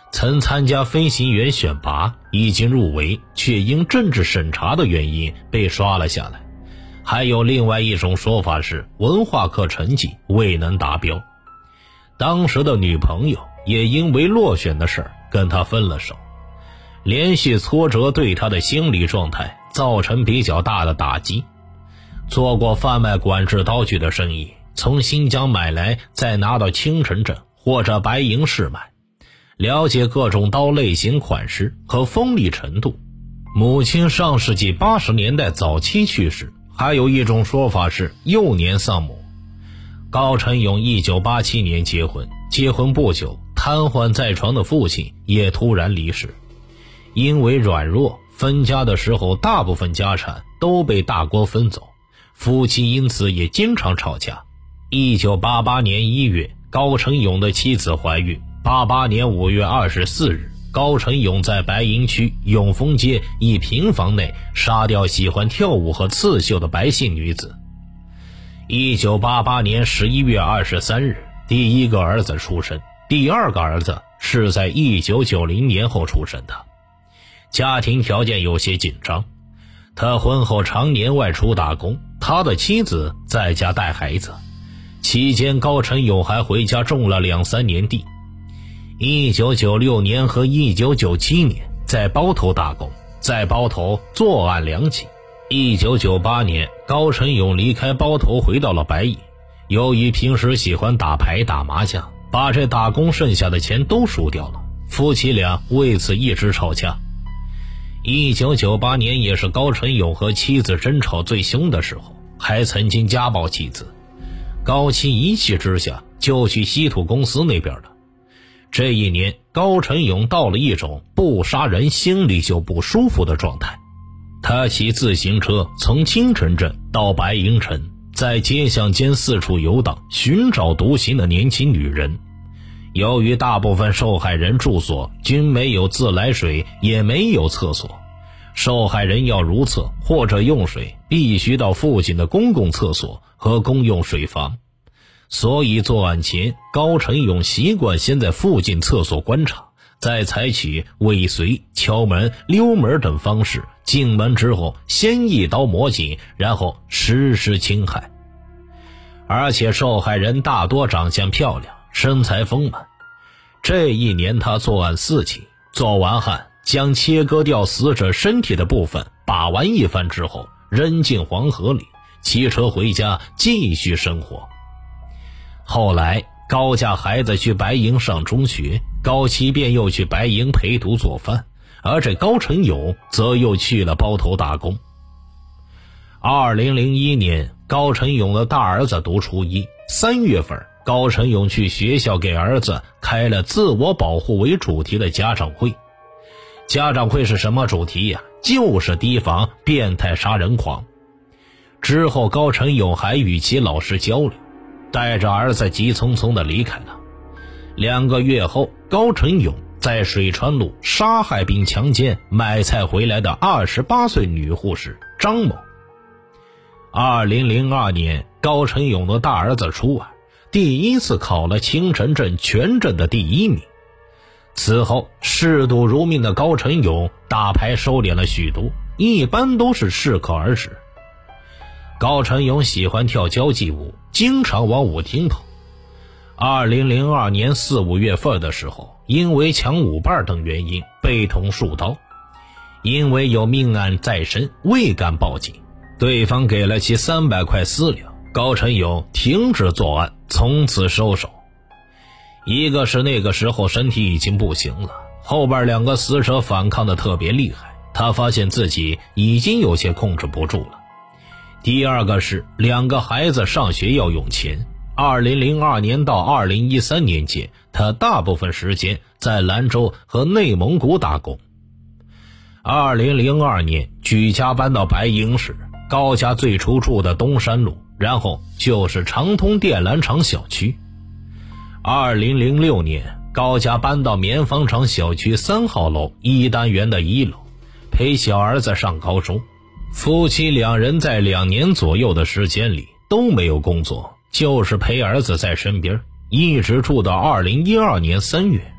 曾参加飞行员选拔，已经入围，却因政治审查的原因被刷了下来。还有另外一种说法是文化课成绩未能达标。当时的女朋友也因为落选的事儿跟他分了手，连续挫折对他的心理状态造成比较大的打击。做过贩卖管制刀具的生意，从新疆买来再拿到青城镇或者白银市卖，了解各种刀类型、款式和锋利程度。母亲上世纪80年代早期去世，还有一种说法是幼年丧母。高成勇1987年结婚不久，瘫痪在床的父亲也突然离世。因为软弱，分家的时候大部分家产都被大锅分走，夫妻因此也经常吵架。1988年1月，高成勇的妻子怀孕。88年5月24日，高成勇在白银区永丰街一平房内杀掉喜欢跳舞和刺绣的白姓女子。1988年11月23日，第一个儿子出生，第二个儿子是在1990年后出生的。家庭条件有些紧张，他婚后常年外出打工，他的妻子在家带孩子。期间高成勇还回家种了2-3年地。1996年和1997年在包头打工，在包头作案2起。1998年高成勇离开包头回到了白银，由于平时喜欢打牌打麻将，把这打工剩下的钱都输掉了，夫妻俩为此一直吵架。1998年也是高成勇和妻子争吵最凶的时候，还曾经家暴妻子。高妻一气之下就去稀土公司那边了。这一年高成勇到了一种不杀人心里就不舒服的状态。他骑自行车从青城镇到白银城，在街巷间四处游荡，寻找独行的年轻女人。由于大部分受害人住所均没有自来水，也没有厕所，受害人要如厕或者用水必须到附近的公共厕所和公用水房，所以作案前高成勇习惯先在附近厕所观察，再采取尾随、敲门、溜门等方式，进门之后先一刀抹颈，然后实施侵害。而且受害人大多长相漂亮，身材丰满。这一年他作案4起，做完案将切割掉死者身体的部分把玩一番之后扔进黄河里，骑车回家继续生活。后来高家孩子去白银上中学，高七便又去白银陪读做饭，而这高成勇则又去了包头打工。2001年高成勇的大儿子读初一，3月份高成勇去学校给儿子开了自我保护为主题的家长会。家长会是什么主题呀？就是提防变态杀人狂。之后高成勇还与其老师交流，带着儿子急匆匆地离开了。2个月后，高成勇在水川路杀害并强奸买菜回来的28岁女护士张某。2002年高成勇的大儿子初二，第一次考了青城镇全镇的第1名。此后嗜赌如命的高成勇打牌收敛了许多，一般都是适可而止。高成勇喜欢跳交际舞，经常往舞厅跑。2002年4、5月份的时候，因为抢舞伴等原因被捅数刀，因为有命案在身，未敢报警，对方给了其300块私了，高成勇停止作案，从此收手。一个是那个时候身体已经不行了，后边2个死者反抗的特别厉害，他发现自己已经有些控制不住了。第二个是2个孩子上学要用钱，2002年到2013年间，他大部分时间在兰州和内蒙古打工。2002年举家搬到白银市，高家最初住的东山路，然后就是长通电缆厂小区。2006年高家搬到棉纺厂小区3号楼1单元的1楼，陪小儿子上高中。夫妻2人在2年左右的时间里都没有工作，就是陪儿子在身边，一直住到2012年3月，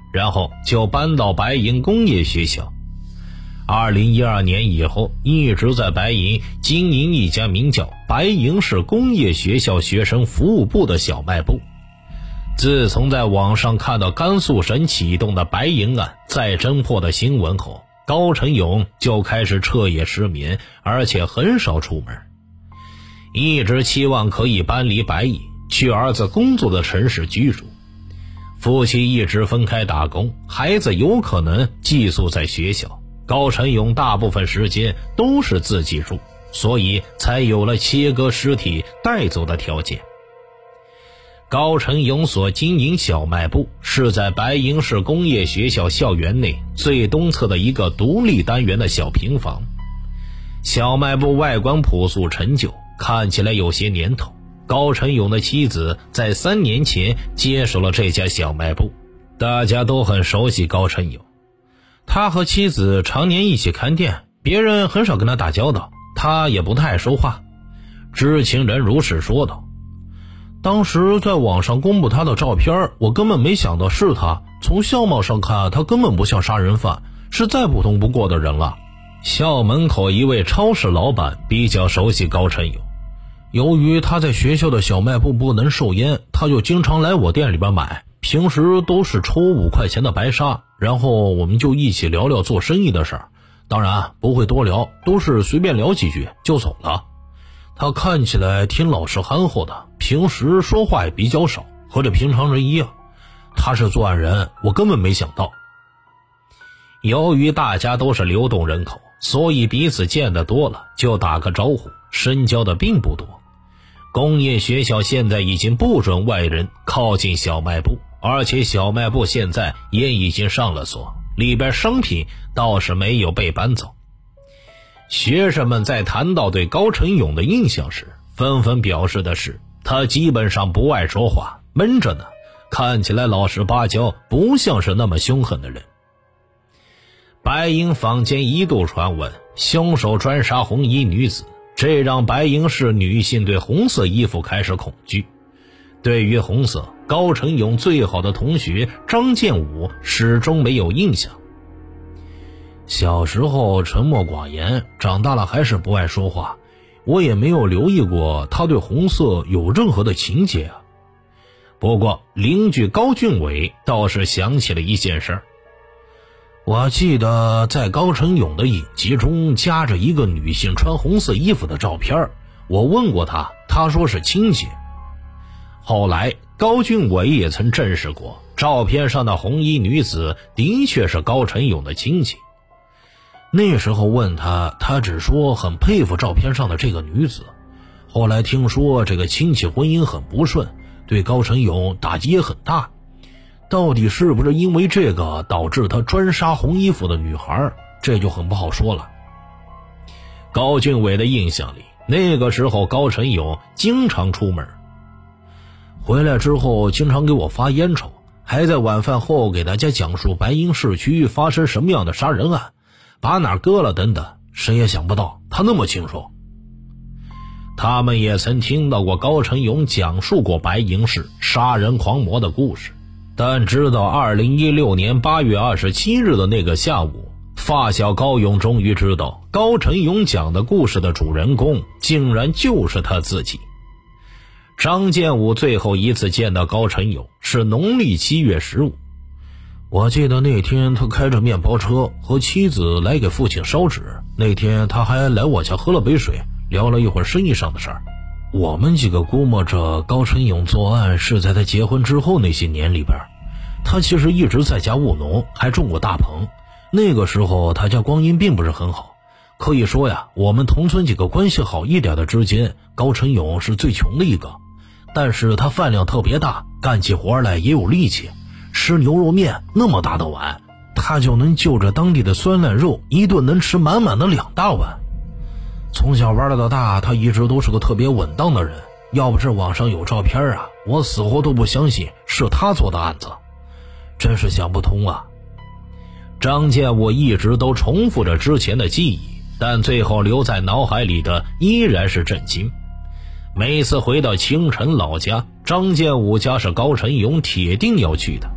然后就搬到白银工业学校。2012年以后，一直在白银经营一家名叫白银市工业学校学生服务部的小卖部。自从在网上看到甘肃省启动的白银案再侦破的新闻后，高成勇就开始彻夜失眠，而且很少出门。一直期望可以搬离白银，去儿子工作的城市居住。夫妻一直分开打工，孩子有可能寄宿在学校，高成勇大部分时间都是自己住，所以才有了切割尸体带走的条件。高成勇所经营小卖部是在白银市工业学校校园内最东侧的一个独立单元的小平房。小卖部外观朴素陈旧，看起来有些年头。高成勇的妻子在3年前接手了这家小卖部，大家都很熟悉高成勇。他和妻子常年一起看店，别人很少跟他打交道，他也不太爱说话。知情人如是说道。当时在网上公布他的照片，我根本没想到是他，从相貌上看他根本不像杀人犯，是再普通不过的人了。校门口一位超市老板比较熟悉高成勇，由于他在学校的小卖部不能售烟，他就经常来我店里边买，平时都是抽5块钱的白沙，然后我们就一起聊聊做生意的事儿，当然不会多聊，都是随便聊几句就走了。他看起来挺老实憨厚的，平时说话也比较少，和这平常人一样。他是作案人，我根本没想到。由于大家都是流动人口，所以彼此见得多了就打个招呼，深交的并不多。工业学校现在已经不准外人靠近小卖部，而且小卖部现在也已经上了锁，里边商品倒是没有被搬走。学生们在谈到对高成勇的印象时，纷纷表示的是他基本上不爱说话，闷着呢，看起来老实巴交，不像是那么凶狠的人。白银坊间一度传闻凶手专杀红衣女子，这让白银市女性对红色衣服开始恐惧。对于红色，高成勇最好的同学张建武始终没有印象。小时候沉默寡言，长大了还是不爱说话，我也没有留意过他对红色有任何的情节啊。不过邻居高俊伟倒是想起了一件事儿。我记得在高成勇的影集中夹着一个女性穿红色衣服的照片，我问过他，他说是亲戚。后来高俊伟也曾证实过，照片上的红衣女子的确是高成勇的亲戚。那时候问他，他只说很佩服照片上的这个女子。后来听说这个亲戚婚姻很不顺，对高成勇打击也很大。到底是不是因为这个导致他专杀红衣服的女孩，这就很不好说了。高俊伟的印象里，那个时候高成勇经常出门，回来之后经常给我发烟抽，还在晚饭后给大家讲述白银市区发生什么样的杀人案，把哪儿割了等等，谁也想不到他那么清楚。他们也曾听到过高成勇讲述过白银市杀人狂魔的故事，但直到2016年8月27日的那个下午，发小高勇终于知道高成勇讲的故事的主人公竟然就是他自己。张建武最后一次见到高成勇是农历7月15，我记得那天他开着面包车和妻子来给父亲烧纸，那天他还来我家喝了杯水，聊了一会儿生意上的事儿。我们几个估摸着高成勇作案是在他结婚之后那些年里边，他其实一直在家务农，还种过大棚。那个时候他家光阴并不是很好，可以说呀，我们同村几个关系好一点的之间，高成勇是最穷的一个。但是他饭量特别大，干起活来也有力气，吃牛肉面那么大的碗，他就能就着当地的酸烂肉一顿能吃满满的2大碗。从小玩到大，他一直都是个特别稳当的人，要不是网上有照片啊，我死活都不相信是他做的案子，真是想不通啊。张建武一直都重复着之前的记忆，但最后留在脑海里的依然是震惊。每次回到青城老家，张建武家是高成勇铁定要去的。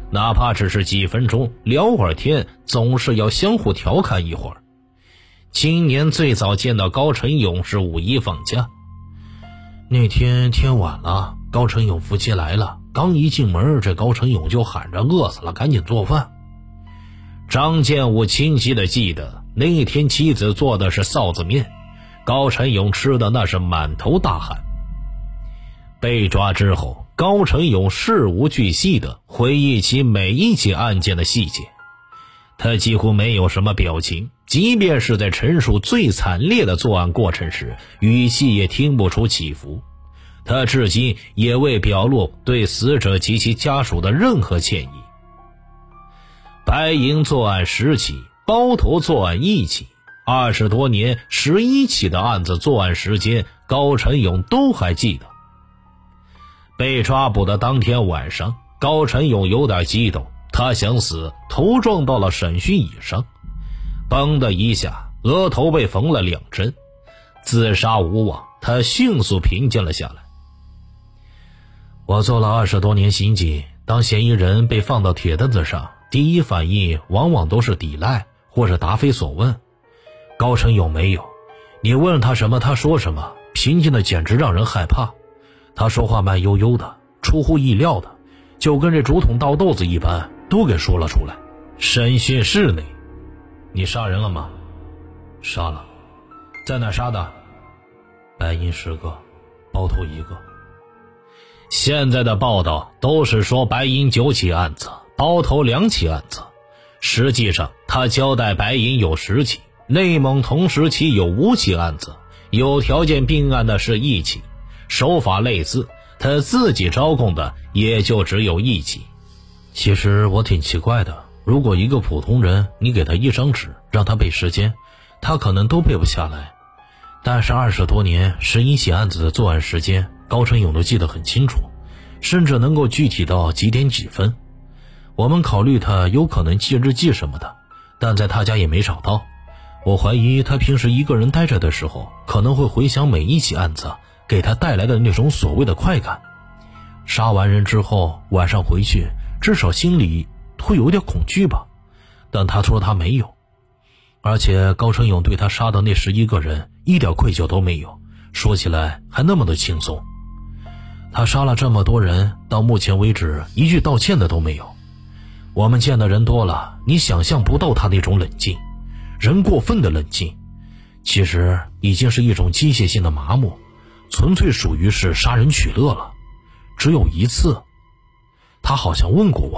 哪怕只是几分钟聊会儿天，总是要相互调侃一会儿。今年最早见到高晨勇是5一放假， 那天天晚了，高晨勇夫妻来了，刚一进门，这高晨勇就喊着饿死了，赶紧做饭。 张建武清晰地记得那天妻子做的是臊子面，高晨勇吃的那是满头大汗。被抓之后，高晨勇事无巨细地回忆起每一起案件的细节，他几乎没有什么表情，即便是在陈述最惨烈的作案过程时，语气也听不出起伏。他至今也未表露对死者及其家属的任何歉意。白银作案10起，包头作案1起，20多年11起的案子作案时间，高晨勇都还记得。被抓捕的当天晚上，高晨勇有点激动，他想死，头撞到了审讯椅上，嘣的一下，额头被缝了2针。自杀无望，他迅速平静了下来。 我做了20多年刑警，当嫌疑人被放到铁凳子上，第一反应往往都是抵赖或者答非所问。高晨勇没有，你问他什么他说什么，平静的简直让人害怕。他说话慢悠悠的，出乎意料的，就跟这竹筒倒豆子一般，都给说了出来。 审讯室内， 你杀人了吗？杀了。在哪杀的？白银10个，包头1个。 现在的报道都是说白银9起案子，包头2起案子，实际上他交代白银有10起，内蒙同时期有5起案子，有条件并案的是1起，手法类似，他自己招供的也就只有1起。 其实我挺奇怪的，如果一个普通人，你给他一张纸让他背时间，他可能都背不下来。但是20多年11起案子的作案时间，高晨勇都记得很清楚，甚至能够具体到几点几分。我们考虑他有可能记日记什么的，但在他家也没找到。我怀疑他平时一个人待着的时候，可能会回想每一起案子给他带来的那种所谓的快感。杀完人之后，晚上回去，至少心里会有点恐惧吧。但他说他没有。而且高晨勇对他杀的那11个人一点愧疚都没有，说起来还那么的轻松。他杀了这么多人，到目前为止一句道歉的都没有。我们见的人多了，你想象不到他那种冷静，人过分的冷静，其实已经是一种机械性的麻木，纯粹属于是杀人取乐了。只有一次，他好像问过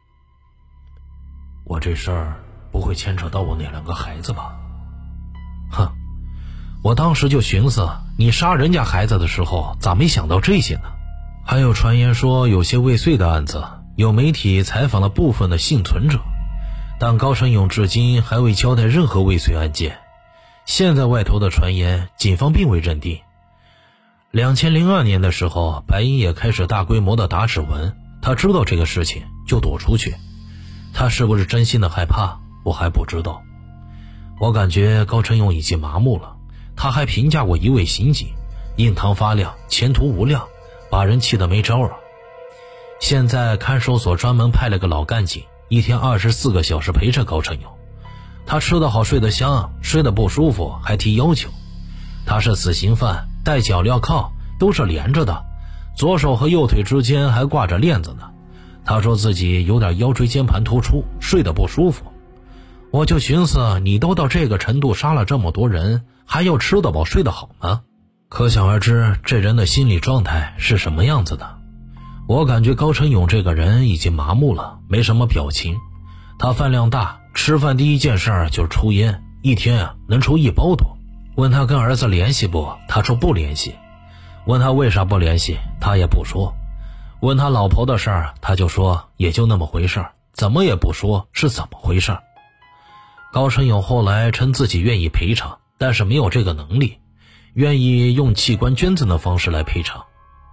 我这事儿不会牵扯到我那2个孩子吧？哼，我当时就寻思，你杀人家孩子的时候咋没想到这些呢？还有传言说有些未遂的案子，有媒体采访了部分的幸存者，但高晨勇至今还未交代任何未遂案件。现在外头的传言，警方并未认定。2002年的时候，白银也开始大规模的打指纹，他知道这个事情就躲出去。他是不是真心的害怕，我还不知道。我感觉高晨勇已经麻木了。他还评价过一位刑警，印堂发亮，前途无量，把人气得没招了。现在看守所专门派了个老干警，一天24个小时陪着高晨勇。他吃得好，睡得香，睡得不舒服还提要求。他是死刑犯，带脚镣铐都是连着的，左手和右腿之间还挂着链子呢。他说自己有点腰椎间盘突出，睡得不舒服。我就寻思，你都到这个程度杀了这么多人，还要吃得饱睡得好吗？可想而知这人的心理状态是什么样子的。我感觉高晨勇这个人已经麻木了，没什么表情。他饭量大，吃饭第一件事就是抽烟，一天能抽1包多。问他跟儿子联系不，他说不联系。问他为啥不联系，他也不说。问他老婆的事儿，他就说也就那么回事儿，怎么也不说是怎么回事儿。高晨勇后来称自己愿意赔偿，但是没有这个能力，愿意用器官捐赠的方式来赔偿。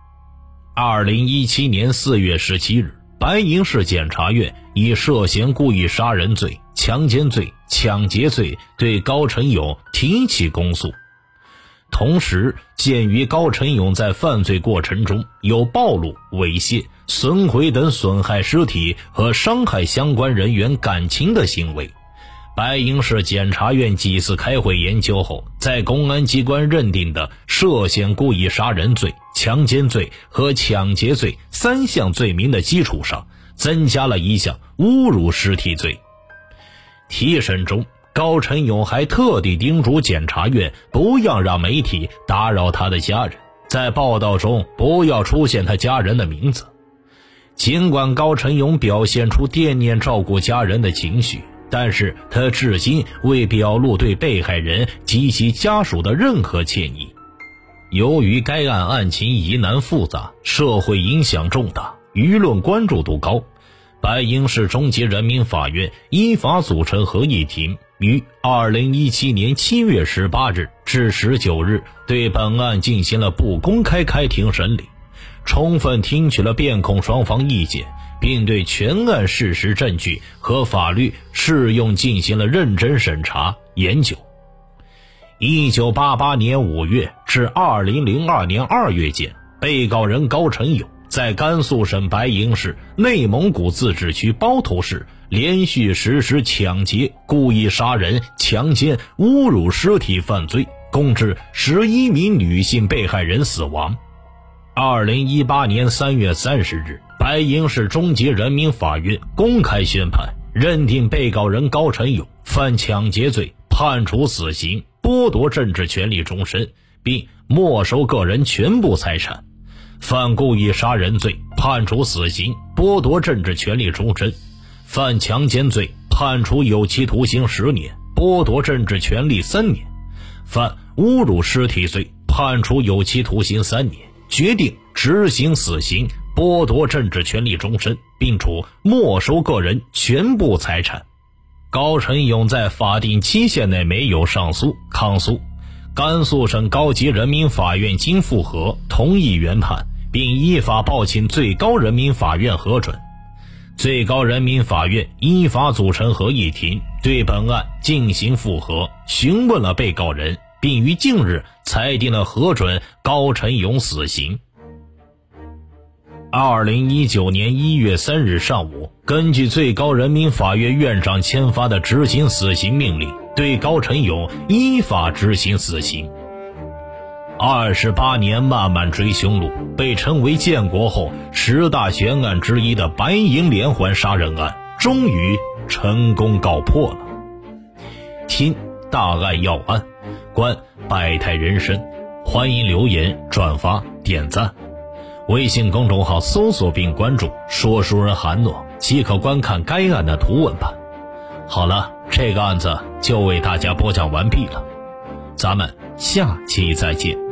2017年4月17日，白银市检察院以涉嫌故意杀人罪、强奸罪、抢劫罪对高晨勇提起公诉。 同时，鉴于高晨勇在犯罪过程中有暴露、猥亵、损毁等损害尸体和伤害相关人员感情的行为，白银市检察院几次开会研究后，在公安机关认定的涉嫌故意杀人罪、强奸罪和抢劫罪3项罪名的基础上，增加了一项侮辱尸体罪。提审中，高晨勇还特地叮嘱检察院不要让媒体打扰他的家人，在报道中不要出现他家人的名字。尽管高晨勇表现出惦念照顾家人的情绪，但是他至今未表露对被害人及其家属的任何歉意。由于该案案情疑难复杂，社会影响重大，舆论关注度高，白银市中级人民法院依法组成合议庭于2017年7月18日至19日对本案进行了不公开开庭审理，充分听取了辩控双方意见，并对全案事实证据和法律适用进行了认真审查研究。1988年5月至2002年2月间，被告人高晨勇在甘肃省白银市、内蒙古自治区包头市连续实施抢劫、故意杀人、强奸、侮辱尸体犯罪，共致11名女性被害人死亡。2018年3月30日，白银市中级人民法院公开宣判，认定被告人高晨勇犯抢劫罪，判处死刑，剥夺政治权利终身，并没收个人全部财产；犯故意杀人罪，判处死刑，剥夺政治权利终身；犯强奸罪，判处有期徒刑10年，剥夺政治权利3年；犯侮辱尸体罪，判处有期徒刑3年，决定执行死刑，剥夺政治权利终身，并处没收个人全部财产。高晨勇在法定期限内没有上诉抗诉，甘肃省高级人民法院经复核同意原判，并依法报请最高人民法院核准。最高人民法院依法组成合议庭，对本案进行复核，询问了被告人，并于近日裁定了核准高晨勇死刑。2019年1月3日上午，根据最高人民法院院长签发的执行死刑命令，对高晨勇依法执行死刑。28年漫漫追凶路，被称为建国后10大悬案之一的白银连环杀人案，终于成功告破了。听大案要案，观百态人生，欢迎留言、转发、点赞。微信公众号搜索并关注说书人韩诺，即可观看该案的图文版。好了，这个案子就为大家播讲完毕了，咱们下期再见。